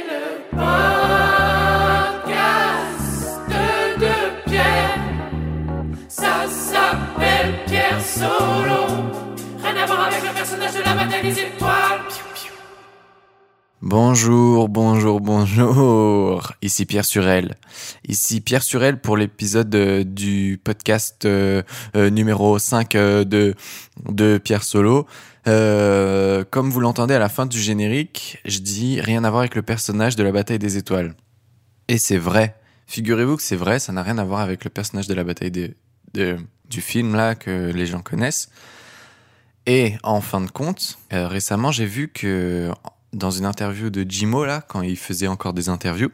le podcast de Pierre. Ça s'appelle Pierre Solo. Rien à voir avec le personnage de la bataille des étoiles. Bonjour. Ici Pierre Surel. Pour l'épisode du podcast numéro 5 de Pierre Solo. Comme vous l'entendez à la fin du générique, je dis rien à voir avec le personnage de la bataille des étoiles. Et c'est vrai. Figurez-vous que c'est vrai, ça n'a rien à voir avec le personnage de la bataille du film là que les gens connaissent. Et en fin de compte, récemment j'ai vu que dans une interview de Jimo là, quand il faisait encore des interviews,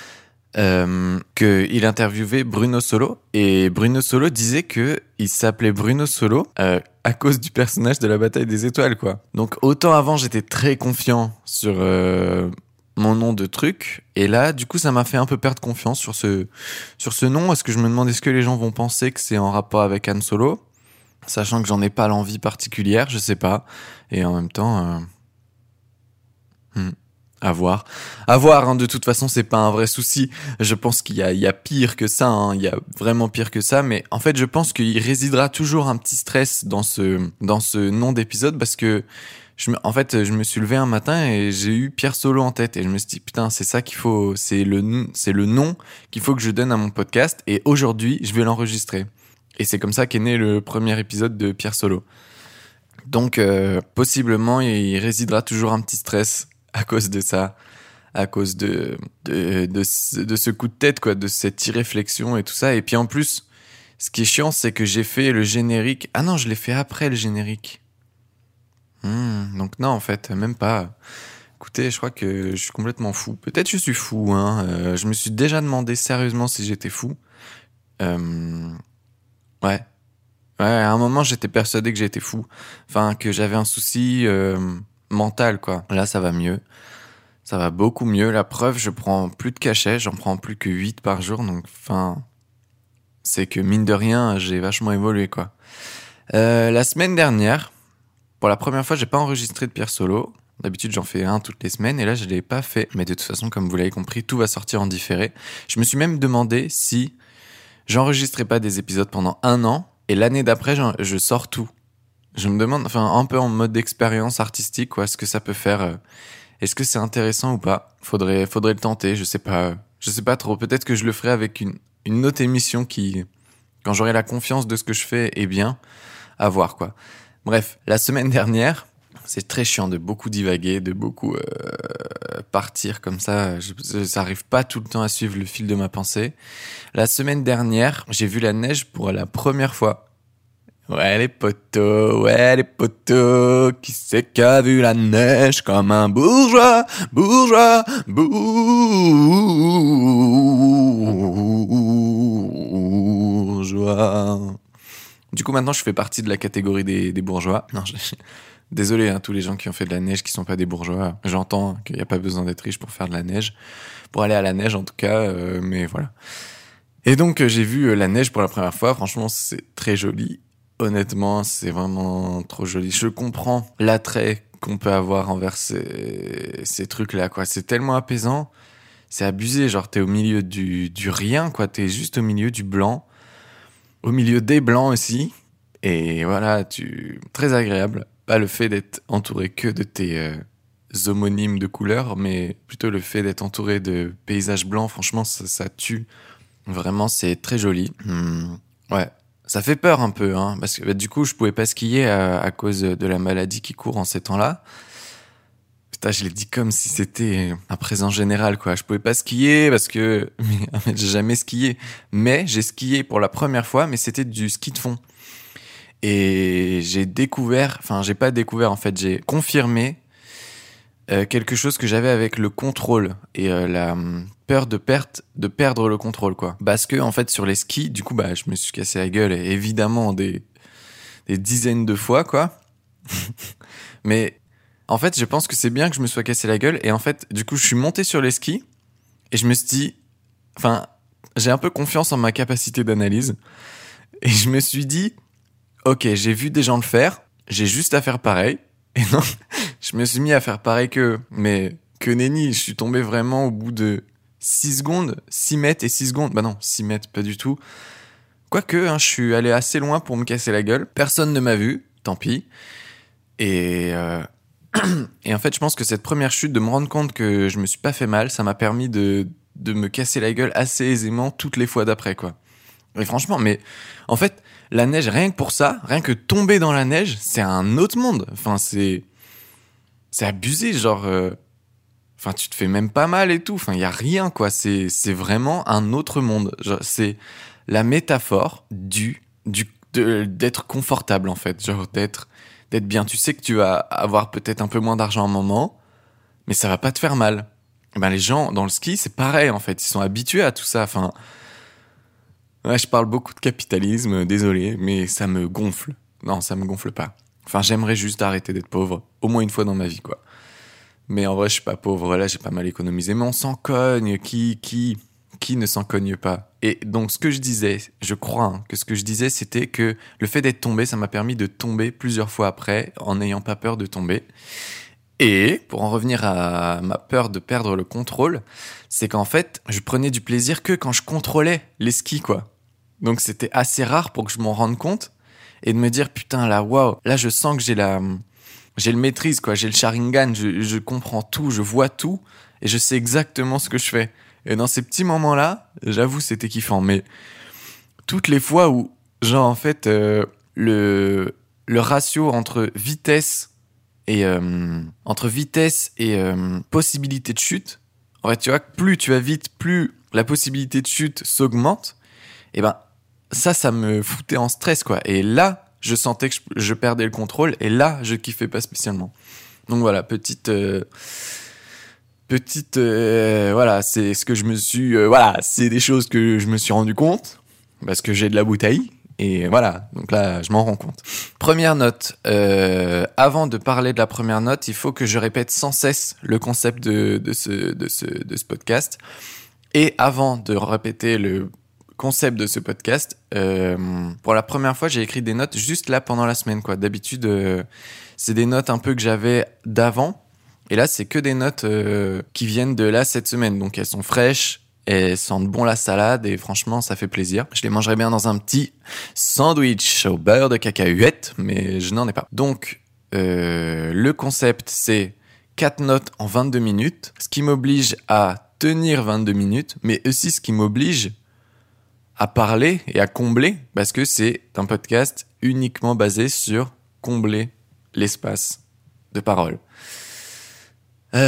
qu'il interviewait Bruno Solo, et Bruno Solo disait que il s'appelait Bruno Solo à cause du personnage de la bataille des étoiles, quoi. Donc autant avant j'étais très confiant sur mon nom de truc, et là du coup ça m'a fait un peu perdre confiance sur ce nom, parce que je me demande est-ce que les gens vont penser que c'est en rapport avec Han Solo, sachant que j'en ai pas l'envie particulière, je sais pas, et en même temps à voir, hein, de toute façon c'est pas un vrai souci, je pense qu'il y a pire que ça, hein. Il y a vraiment pire que ça, mais en fait je pense qu'il résidera toujours un petit stress dans ce nom d'épisode, parce que je me suis levé un matin et j'ai eu Pierre Solo en tête, et je me suis dit putain c'est ça qu'il faut, c'est le nom qu'il faut que je donne à mon podcast, et aujourd'hui je vais l'enregistrer, et c'est comme ça qu'est né le premier épisode de Pierre Solo. Donc possiblement il résidera toujours un petit stress à cause de ça, à cause de ce coup de tête, quoi, de cette irréflexion et tout ça. Et puis en plus, ce qui est chiant, c'est que j'ai fait le générique. Ah non, je l'ai fait après le générique. Donc non, en fait, même pas. Écoutez, je crois que je suis complètement fou. Peut-être je suis fou, hein. Je me suis déjà demandé sérieusement si j'étais fou. Ouais, à un moment, j'étais persuadé que j'étais fou. Enfin, que j'avais un souci mental, quoi. Là, ça va mieux. Ça va beaucoup mieux. La preuve, je prends plus de cachets. J'en prends plus que 8 par jour. Donc, enfin, c'est que mine de rien, j'ai vachement évolué, quoi. La semaine dernière, pour la première fois, j'ai pas enregistré de Pierre Solo. D'habitude, j'en fais un toutes les semaines. Et là, je l'ai pas fait. Mais de toute façon, comme vous l'avez compris, tout va sortir en différé. Je me suis même demandé si j'enregistrais pas des épisodes pendant 1 an. Et l'année d'après, je sors tout. Je me demande, enfin, un peu en mode d'expérience artistique, quoi, ce que ça peut faire. Est-ce que c'est intéressant ou pas ? Faudrait le tenter, je sais pas trop. Peut-être que je le ferai avec une autre émission qui, quand j'aurai la confiance de ce que je fais, est bien à voir, quoi. Bref, la semaine dernière, c'est très chiant de beaucoup divaguer, de beaucoup partir comme ça. J'arrive pas tout le temps à suivre le fil de ma pensée. La semaine dernière, j'ai vu la neige pour la première fois. Ouais les potos, qui c'est qui a vu la neige comme un bourgeois. Du coup maintenant je fais partie de la catégorie des bourgeois. Non, désolé tous les gens qui ont fait de la neige qui sont pas des bourgeois. J'entends qu'il n'y a pas besoin d'être riche pour faire de la neige, pour aller à la neige en tout cas, mais voilà. Et donc j'ai vu la neige pour la première fois, franchement c'est très joli. Honnêtement, c'est vraiment trop joli. Je comprends l'attrait qu'on peut avoir envers ces trucs-là, quoi. C'est tellement apaisant, c'est abusé. Genre, t'es au milieu du rien, quoi. T'es juste au milieu du blanc, au milieu des blancs aussi. Et voilà, très agréable. Pas le fait d'être entouré que de tes homonymes de couleurs, mais plutôt le fait d'être entouré de paysages blancs. Franchement, ça tue. Vraiment, c'est très joli. Ouais. Ça fait peur un peu, hein, parce que du coup, je pouvais pas skier à cause de la maladie qui court en ces temps-là. Putain, je l'ai dit comme si c'était un présent général, quoi. Je pouvais pas skier parce que j'ai jamais skié. Mais j'ai skié pour la première fois, mais c'était du ski de fond. Et j'ai confirmé quelque chose que j'avais avec le contrôle et la peur de perdre le contrôle, quoi. Parce que en fait sur les skis, du coup je me suis cassé la gueule, évidemment des dizaines de fois, quoi. Mais en fait je pense que c'est bien que je me sois cassé la gueule, et en fait du coup je suis monté sur les skis et je me suis dit, enfin j'ai un peu confiance en ma capacité d'analyse, et je me suis dit ok, j'ai vu des gens le faire, j'ai juste à faire pareil. Et non, je me suis mis à faire pareil qu'eux, mais Que nenni, je suis tombé vraiment au bout de 6 secondes, 6 mètres et 6 secondes. Bah non, 6 mètres, pas du tout. Quoique, je suis allé assez loin pour me casser la gueule. Personne ne m'a vu, tant pis. Et en fait, je pense que cette première chute, de me rendre compte que je me suis pas fait mal, ça m'a permis de me casser la gueule assez aisément toutes les fois d'après, quoi. Et franchement, mais en fait, la neige, rien que pour ça, rien que tomber dans la neige, c'est un autre monde. Enfin, c'est abusé, genre... Enfin, tu te fais même pas mal et tout. Enfin, il y a rien, quoi. C'est vraiment un autre monde. Genre, c'est la métaphore d'être confortable, en fait. Genre, d'être bien. Tu sais que tu vas avoir peut-être un peu moins d'argent à un moment, mais ça va pas te faire mal. Et ben, les gens dans le ski, c'est pareil, en fait. Ils sont habitués à tout ça. Enfin, ouais, je parle beaucoup de capitalisme, désolé, mais ça me gonfle. Non, ça me gonfle pas. Enfin, j'aimerais juste arrêter d'être pauvre, au moins une fois dans ma vie, quoi. Mais en vrai, je suis pas pauvre, voilà, j'ai pas mal économisé. Mais on s'en cogne, qui ne s'en cogne pas? Et donc, ce que je disais, je crois que ce que je disais, c'était que le fait d'être tombé, ça m'a permis de tomber plusieurs fois après, en n'ayant pas peur de tomber. Et, pour en revenir à ma peur de perdre le contrôle, c'est qu'en fait, je prenais du plaisir que quand je contrôlais les skis, quoi. Donc, c'était assez rare pour que je m'en rende compte et de me dire, putain, là, waouh, là, je sens que j'ai le maîtrise, quoi. J'ai le Sharingan, je comprends tout, je vois tout, et je sais exactement ce que je fais. Et dans ces petits moments-là, j'avoue, c'était kiffant. Mais toutes les fois où, genre, en fait, le ratio entre vitesse et possibilité de chute, en fait, tu vois, plus tu vas vite, plus la possibilité de chute s'augmente. Et ben, ça me foutait en stress, quoi. Et là, je sentais que je perdais le contrôle, et là, je kiffais pas spécialement. Donc voilà, voilà, c'est ce que je me suis, voilà, c'est des choses que je me suis rendu compte, parce que j'ai de la bouteille, et voilà, donc là, je m'en rends compte. Première note, avant de parler de la première note, il faut que je répète sans cesse le concept de ce podcast, et avant de répéter le concept de ce podcast, pour la première fois, j'ai écrit des notes juste là pendant la semaine, quoi. D'habitude, c'est des notes un peu que j'avais d'avant, et là, c'est que des notes qui viennent de là cette semaine. Donc, elles sont fraîches, elles sentent bon la salade, et franchement, ça fait plaisir. Je les mangerais bien dans un petit sandwich au beurre de cacahuète, mais je n'en ai pas. Donc, le concept, c'est 4 notes en 22 minutes, ce qui m'oblige à tenir 22 minutes, mais aussi ce qui m'oblige à parler et à combler, parce que c'est un podcast uniquement basé sur combler l'espace de parole. Et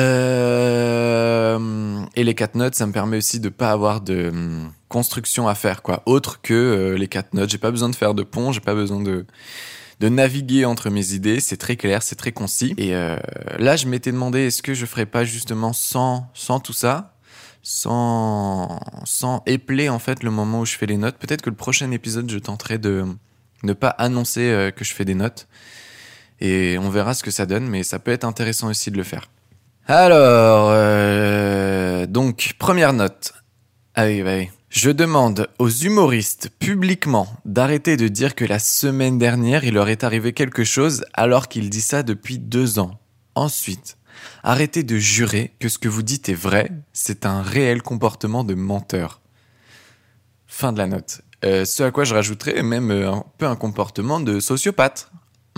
les 4 notes, ça me permet aussi de pas avoir de construction à faire, quoi. Autre que les 4 notes, j'ai pas besoin de faire de pont, j'ai pas besoin de naviguer entre mes idées, c'est très clair, c'est très concis. Et là, je m'étais demandé, est-ce que je ferais pas justement sans tout ça, sans épeler en fait le moment où je fais les notes. Peut-être que le prochain épisode, je tenterai de ne pas annoncer que je fais des notes, et on verra ce que ça donne, mais ça peut être intéressant aussi de le faire. Alors, donc, première note. Allez. Je demande aux humoristes publiquement d'arrêter de dire que la semaine dernière, il leur est arrivé quelque chose alors qu'ils disent ça depuis 2 ans. Ensuite, arrêtez de jurer que ce que vous dites est vrai, c'est un réel comportement de menteur. Fin de la note. Ce à quoi je rajouterais même un peu un comportement de sociopathe.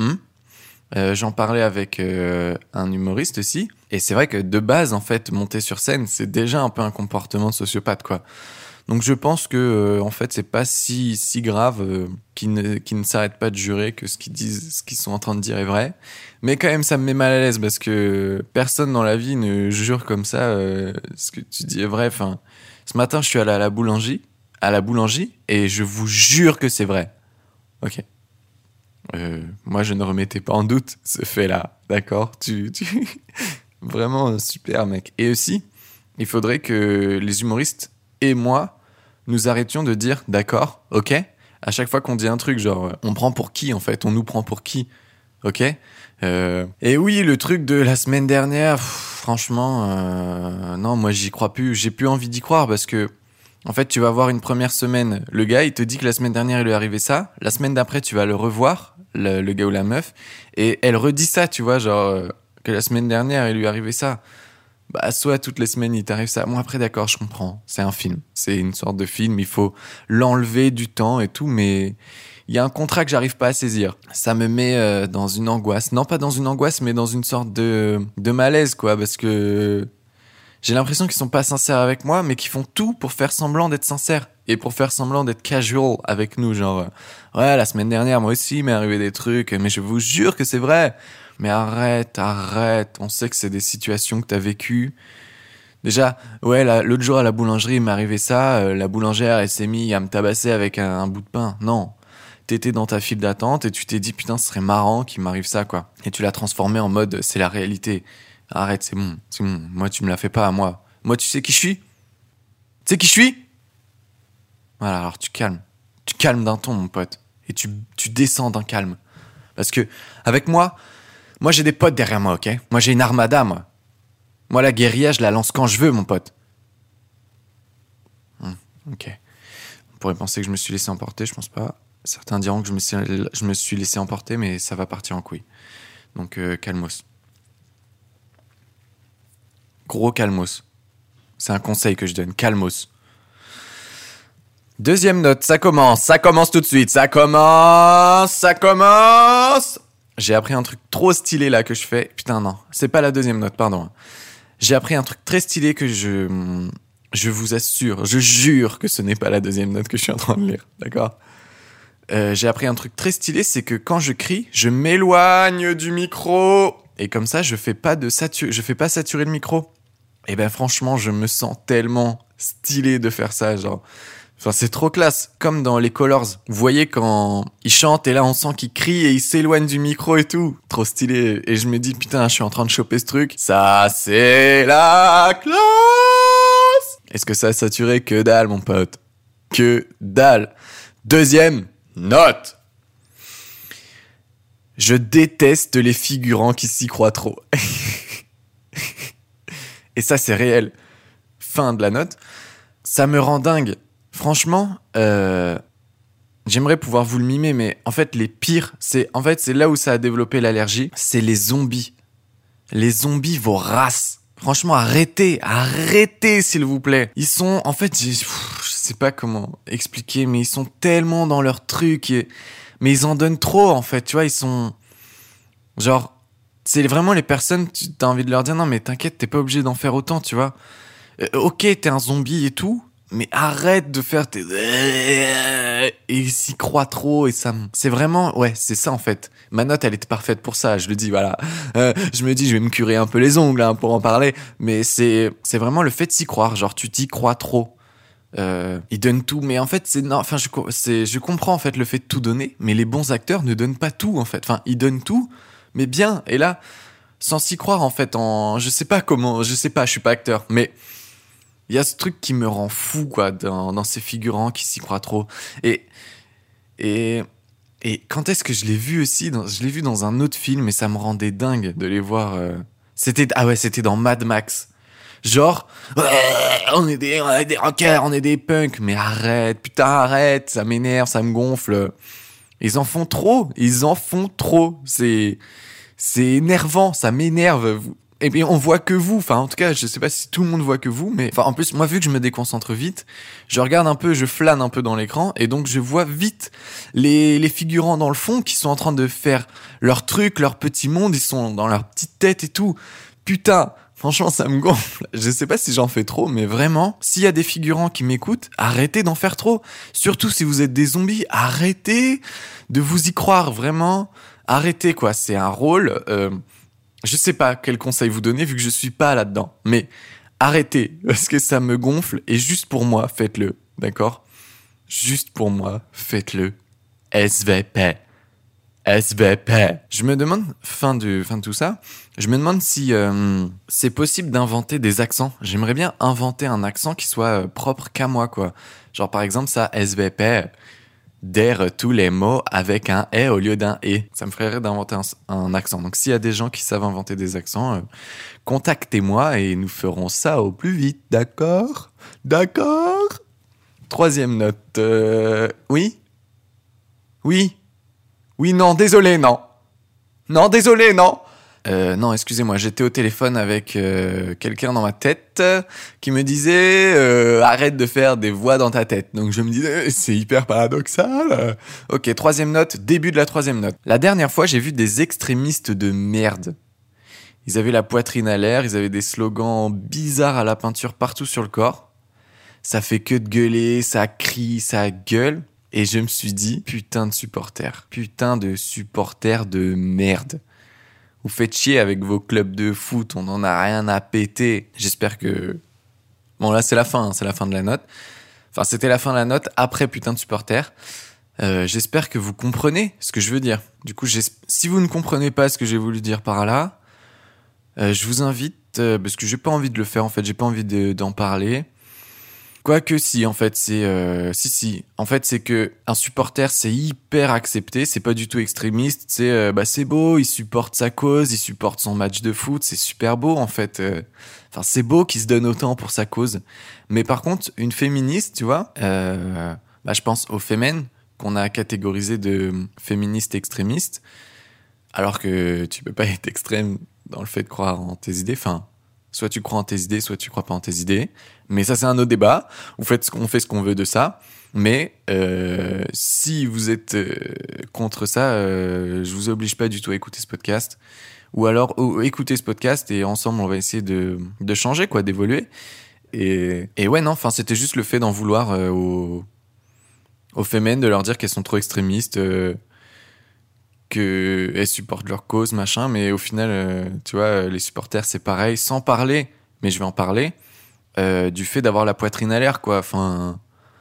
J'en parlais avec un humoriste aussi, et c'est vrai que de base, en fait, monter sur scène, c'est déjà un peu un comportement de sociopathe, quoi. Donc je pense que en fait, c'est pas si grave qu'ils ne s'arrêtent pas de jurer que ce qu'ils sont en train de dire est vrai. Mais quand même, ça me met mal à l'aise, parce que personne dans la vie ne jure comme ça ce que tu dis est vrai. Enfin, ce matin, je suis allé à la boulangerie, et je vous jure que c'est vrai. Ok. Moi, je ne remettais pas en doute ce fait-là. D'accord, tu... Vraiment super, mec. Et aussi, il faudrait que les humoristes et moi, nous arrêtions de dire d'accord, ok, à chaque fois qu'on dit un truc, genre, on prend pour qui, en fait, on nous prend pour qui, ok. Et oui, le truc de la semaine dernière, franchement, non, moi, j'y crois plus, j'ai plus envie d'y croire, parce que, en fait, tu vas voir une première semaine, le gars, il te dit que la semaine dernière, il lui est arrivé ça, la semaine d'après, tu vas le revoir, le gars ou la meuf, et elle redit ça, tu vois, genre, que la semaine dernière, il lui est arrivé ça. Bah, soit toutes les semaines, il t'arrive ça. Moi, après, d'accord, je comprends. C'est un film. C'est une sorte de film. Il faut l'enlever du temps et tout, mais il y a un contrat que j'arrive pas à saisir. Ça me met dans une angoisse. Non, pas dans une angoisse, mais dans une sorte de malaise, quoi, parce que j'ai l'impression qu'ils sont pas sincères avec moi, mais qu'ils font tout pour faire semblant d'être sincères et pour faire semblant d'être casual avec nous. Genre, ouais, la semaine dernière, moi aussi, il m'est arrivé des trucs, mais je vous jure que c'est vrai. Mais arrête. On sait que c'est des situations que t'as vécues. Déjà, ouais, l'autre jour à la boulangerie, il m'est arrivé ça. La boulangère, elle s'est mise à me tabasser avec un bout de pain. Non. T'étais dans ta file d'attente et tu t'es dit, putain, ce serait marrant qu'il m'arrive ça, quoi. Et tu l'as transformé en mode, c'est la réalité. Arrête, c'est bon. Moi, tu me la fais pas à moi. Moi, tu sais qui je suis? Tu sais qui je suis? Voilà, alors tu calmes. Tu calmes d'un ton, mon pote. Et tu descends d'un calme. Parce que, avec moi j'ai des potes derrière moi, ok? Moi, j'ai une armada, moi. Moi, la guérilla, je la lance quand je veux, mon pote. Ok. On pourrait penser que je me suis laissé emporter, je pense pas. Certains diront que je me suis laissé emporter, mais ça va partir en couille. Donc, calmos. Gros calmos. C'est un conseil que je donne. Calmos. Deuxième note, ça commence tout de suite. Ça commence. J'ai appris un truc trop stylé là que je fais. Putain, non, c'est pas la deuxième note, pardon. J'ai appris un truc très stylé que je vous assure, je jure que ce n'est pas la deuxième note que je suis en train de lire, d'accord? J'ai appris un truc très stylé, c'est que quand je crie, je m'éloigne du micro. Et comme ça, je fais pas saturer le micro. Et ben franchement, je me sens tellement stylé de faire ça, genre... Enfin, c'est trop classe, comme dans les Colors. Vous voyez quand ils chantent et là on sent qu'ils crient et ils s'éloignent du micro et tout. Trop stylé. Et je me dis, putain, je suis en train de choper ce truc. Ça, c'est la classe! Est-ce que ça a saturé? Que dalle, mon pote. Que dalle. Deuxième note. Je déteste les figurants qui s'y croient trop. Et ça, c'est réel. Fin de la note. Ça me rend dingue. Franchement, j'aimerais pouvoir vous le mimer, mais en fait, les pires, c'est là où ça a développé l'allergie, c'est les zombies. Les zombies, vos races. Franchement, arrêtez, s'il vous plaît. Ils sont, en fait, je sais pas comment expliquer, mais ils sont tellement dans leur truc, mais ils en donnent trop, en fait, tu vois, ils sont, genre, c'est vraiment les personnes, t'as envie de leur dire, non, mais t'inquiète, t'es pas obligé d'en faire autant, tu vois. Ok, t'es un zombie et tout, mais arrête de faire tes... Et il s'y croit trop et ça... C'est vraiment... Ouais, c'est ça en fait. Ma note, elle était parfaite pour ça, je le dis, voilà. Je me dis, je vais me curer un peu les ongles hein, pour en parler. Mais c'est vraiment le fait de s'y croire. Genre, tu t'y crois trop. Ils donnent tout, mais en fait, je comprends en fait le fait de tout donner, mais les bons acteurs ne donnent pas tout en fait. Enfin, ils donnent tout, mais bien. Et là, sans s'y croire en fait, je sais pas, je suis pas acteur, mais... Il y a ce truc qui me rend fou, quoi, dans ces figurants qui s'y croient trop. Et quand est-ce que je l'ai vu aussi je l'ai vu dans un autre film et ça me rendait dingue de les voir. C'était dans Mad Max. Genre, on est des rockers, on est des punks. Mais arrête, ça m'énerve, ça me gonfle. Ils en font trop. C'est énervant, ça m'énerve. Et bien, on voit que vous. Enfin, en tout cas, je sais pas si tout le monde voit que vous, mais enfin, en plus, moi, vu que je me déconcentre vite, je regarde un peu, je flâne un peu dans l'écran, et donc je vois vite les figurants dans le fond qui sont en train de faire leur truc, leur petit monde, ils sont dans leur petite tête et tout. Putain, franchement, ça me gonfle. Je sais pas si j'en fais trop, mais vraiment, s'il y a des figurants qui m'écoutent, arrêtez d'en faire trop. Surtout si vous êtes des zombies, arrêtez de vous y croire, vraiment. Arrêtez, quoi. C'est un rôle... Je sais pas quel conseil vous donner vu que je suis pas là-dedans. Mais arrêtez, parce que ça me gonfle. Et juste pour moi, faites-le. D'accord? Juste pour moi, faites-le. SVP. Je me demande, fin de tout ça, je me demande si c'est possible d'inventer des accents. J'aimerais bien inventer un accent qui soit propre qu'à moi, quoi. Genre par exemple ça, SVP. Dire tous les mots avec un « et » au lieu d'un « et ». Ça me ferait rire d'inventer un accent. Donc, s'il y a des gens qui savent inventer des accents, contactez-moi et nous ferons ça au plus vite. D'accord? Troisième note. Oui? Oui, non, désolé, non. Non, désolé, non. Non, excusez-moi, j'étais au téléphone avec quelqu'un dans ma tête qui me disait arrête de faire des voix dans ta tête. Donc je me disais c'est hyper paradoxal. Ok, troisième note, début de la troisième note. La dernière fois, j'ai vu des extrémistes de merde. Ils avaient la poitrine à l'air, ils avaient des slogans bizarres à la peinture partout sur le corps. Ça fait que de gueuler, ça crie, ça gueule. Et je me suis dit, putain de supporters de merde. Vous faites chier avec vos clubs de foot, on n'en a rien à péter. J'espère que... Bon là c'est la fin de la note. Enfin c'était la fin de la note après putain de supporters. J'espère que vous comprenez ce que je veux dire. Du coup, si vous ne comprenez pas ce que j'ai voulu dire par là, je vous invite, parce que j'ai pas envie de le faire en fait, j'ai pas envie d'en parler. Quoique si, en fait, si. En fait, c'est que un supporter, c'est hyper accepté, c'est pas du tout extrémiste, c'est beau, il supporte sa cause, il supporte son match de foot, c'est super beau, en fait. Enfin, c'est beau qu'il se donne autant pour sa cause. Mais par contre, une féministe, tu vois, je pense aux Femen, qu'on a catégorisé de féministes extrémistes, alors que tu peux pas être extrême dans le fait de croire en tes idées, enfin... Soit tu crois en tes idées, soit tu crois pas en tes idées. Mais ça, c'est un autre débat. On fait ce qu'on veut de ça. Mais si vous êtes contre ça, je vous oblige pas du tout à écouter ce podcast. Ou alors, écoutez ce podcast et ensemble, on va essayer de changer, quoi, d'évoluer. Et ouais, non, enfin, c'était juste le fait d'en vouloir aux femmes, de leur dire qu'elles sont trop extrémistes, qu'elles supportent leur cause, machin, mais au final, tu vois, les supporters, c'est pareil, sans parler, mais je vais en parler, du fait d'avoir la poitrine à l'air, quoi. Enfin,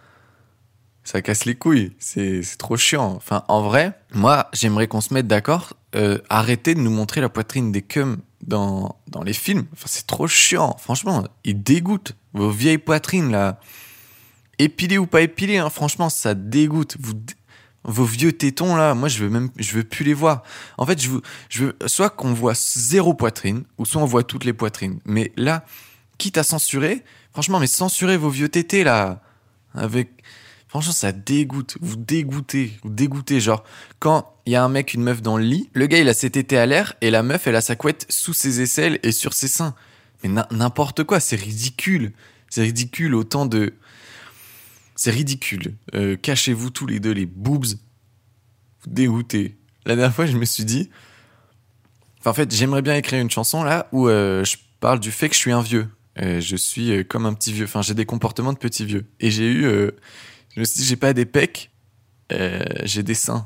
ça casse les couilles, c'est trop chiant. Enfin, en vrai, moi, j'aimerais qu'on se mette d'accord, arrêtez de nous montrer la poitrine des cums dans les films. Enfin, c'est trop chiant, franchement, ils dégoûtent. Vos vieilles poitrines, là, épilées ou pas épilées, hein, franchement, ça dégoûte. Vos vieux tétons là, moi je veux plus les voir. En fait, je veux soit qu'on voit zéro poitrine, ou soit on voit toutes les poitrines. Mais là, quitte à censurer, franchement, mais censurez vos vieux tétés là. Franchement, ça dégoûte. Vous dégoûtez. Genre, quand il y a un mec, une meuf dans le lit, le gars il a ses tétés à l'air et la meuf elle a sa couette sous ses aisselles et sur ses seins. Mais n'importe quoi, c'est ridicule. C'est ridicule autant de... C'est ridicule. Cachez-vous tous les deux les boobs. Vous dégoûtez. La dernière fois, je me suis dit... Enfin, en fait, j'aimerais bien écrire une chanson là où je parle du fait que je suis un vieux. Je suis comme un petit vieux. Enfin, j'ai des comportements de petit vieux. Et j'ai eu... je me suis dit, j'ai pas des pecs. J'ai des seins.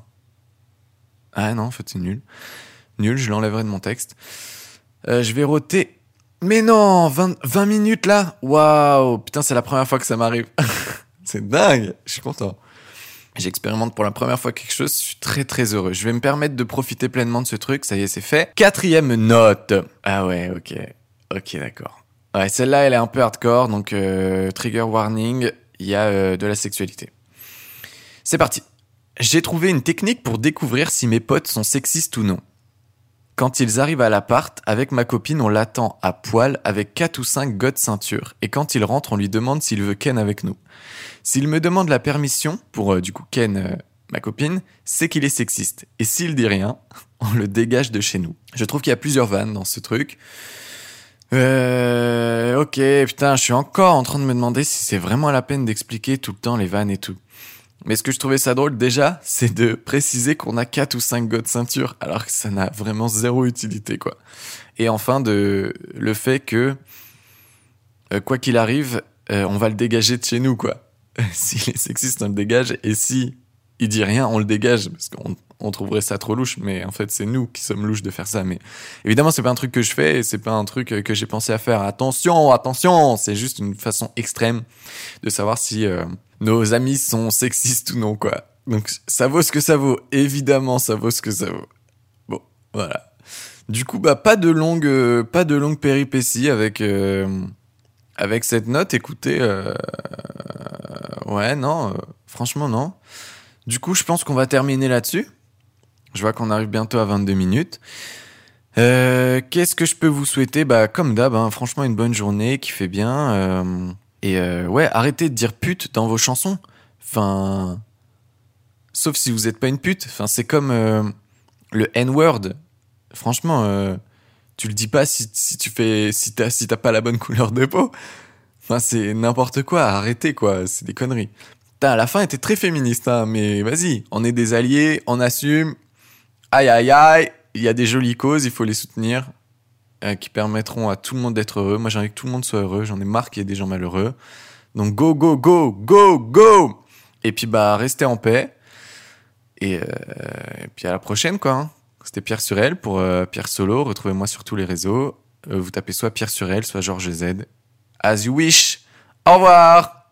Ah non, en fait, c'est nul. Nul, je l'enlèverai de mon texte. Je vais roter... Mais non, 20 minutes là. Waouh, putain, c'est la première fois que ça m'arrive. C'est dingue, je suis content. J'expérimente pour la première fois quelque chose, je suis très très heureux. Je vais me permettre de profiter pleinement de ce truc, ça y est, c'est fait. 4e note. Ah ouais, ok, d'accord. Ouais, celle-là, elle est un peu hardcore, donc trigger warning, il y a de la sexualité. C'est parti. J'ai trouvé une technique pour découvrir si mes potes sont sexistes ou non. Quand ils arrivent à l'appart, avec ma copine, on l'attend à poil avec 4 ou 5 gars de ceinture. Et quand il rentre, on lui demande s'il veut ken avec nous. S'il me demande la permission pour, du coup, ken ma copine, c'est qu'il est sexiste. Et s'il dit rien, on le dégage de chez nous. Je trouve qu'il y a plusieurs vannes dans ce truc. Ok, putain, je suis encore en train de me demander si c'est vraiment la peine d'expliquer tout le temps les vannes et tout. Mais ce que je trouvais ça drôle déjà, c'est de préciser qu'on a 4 ou 5 gars de ceinture, alors que ça n'a vraiment zéro utilité, quoi. Et enfin, le fait que, quoi qu'il arrive, on va le dégager de chez nous, quoi. S'il est sexiste, on le dégage, et si il dit rien, on le dégage, parce qu'on trouverait ça trop louche, mais en fait, c'est nous qui sommes louches de faire ça. Mais évidemment, c'est pas un truc que je fais, et c'est pas un truc que j'ai pensé à faire. Attention, c'est juste une façon extrême de savoir si... nos amis sont sexistes ou non, quoi. Donc, ça vaut ce que ça vaut. Évidemment, ça vaut ce que ça vaut. Bon, voilà. Du coup, pas de longue péripétie avec cette note. Écoutez, ouais, non, franchement, non. Du coup, je pense qu'on va terminer là-dessus. Je vois qu'on arrive bientôt à 22 minutes. Qu'est-ce que je peux vous souhaiter ? Comme d'hab, hein, franchement, une bonne journée, qui fait bien. Et ouais, arrêtez de dire pute dans vos chansons. Enfin, sauf si vous êtes pas une pute. Enfin, c'est comme le N-word. Franchement, Tu le dis pas si t'as pas la bonne couleur de peau. Enfin, c'est n'importe quoi, arrêtez quoi, c'est des conneries. Putain, à la fin, elle était très féministe, hein, mais vas-y, on est des alliés, on assume. Aïe, aïe, aïe, il y a des jolies causes, il faut les soutenir, qui permettront à tout le monde d'être heureux. Moi, j'ai envie que tout le monde soit heureux, j'en ai marre qu'il y ait des gens malheureux. Donc, go, go, go, go, go! Et puis, restez en paix. Et puis, à la prochaine, quoi. Hein. C'était Pierre Surel pour Pierre Solo. Retrouvez-moi sur tous les réseaux. Vous tapez soit Pierre Surel, soit Georges Z. As you wish. Au revoir!